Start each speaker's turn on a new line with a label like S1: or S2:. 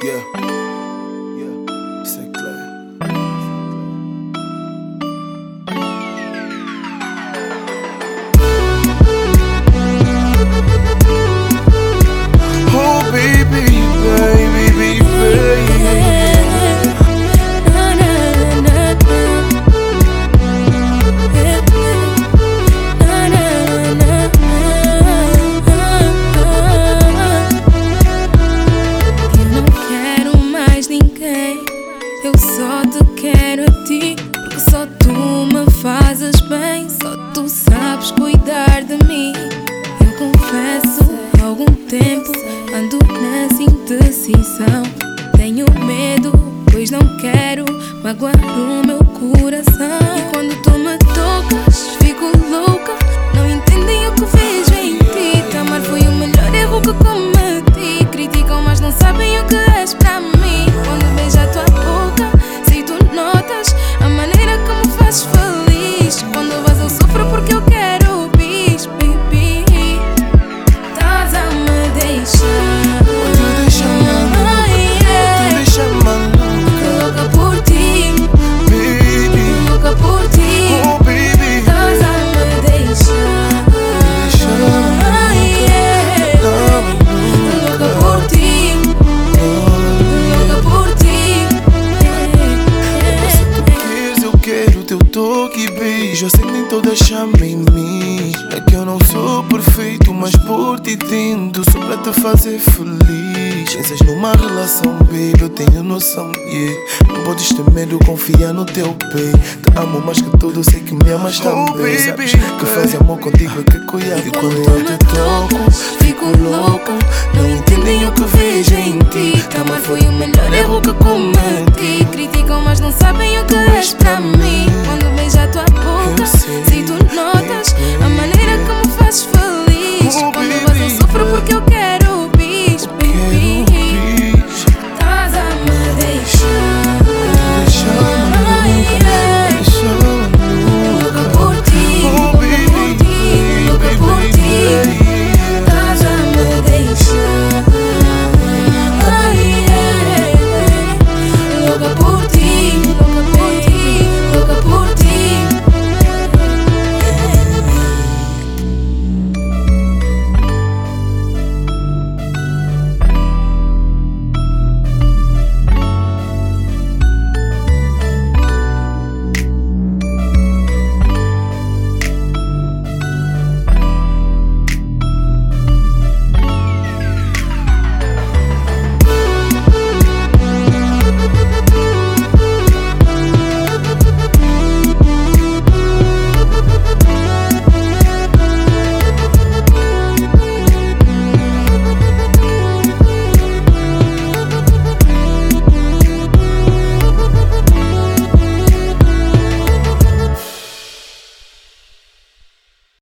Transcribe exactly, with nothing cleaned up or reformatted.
S1: Yeah, yeah, c'est clair. Oh baby, baby, baby.
S2: Eu só te quero a ti, porque só tu me fazes bem, só tu sabes cuidar de mim. Eu confesso, há algum tempo ando nessa indecisão. Tenho medo, pois não quero magoar o meu coração. E quando tu me tocas, fico louca, não entendem o que vejo em ti. Te amar foi o melhor erro que cometi. Criticam, mas não sabem o que és pra mim. Quando beijo a tua boca, sei tu notas a maneira que me fazes feliz. Quando vais eu sofro porque eu quero bis, baby. Estás a me deixar,
S1: Te deixa maluca, te deixa maluca.
S2: louca por ti,
S1: Baby,
S2: louca por ti.
S1: oh baby,
S2: Estás a me deixar,
S1: deixa
S2: louca por ti, louca por ti.
S1: Se tu queres, eu quero teu toque e beijo. Acendem toda a chama em mim. É que eu não sou perfeito, mas por ti tento só pra te fazer feliz. Pensas numa relação, baby, eu tenho noção, yeah. Não podes ter medo, confia no teu peito. Te amo mais que tudo, sei que me amas também. Sabes que fazer amor contigo é que cuidar. E quando eu te toco, fico louco. Não entendem o que vejo em ti.
S2: Te amar foi o melhor erro que cometi. Criticam, mas não sabem o que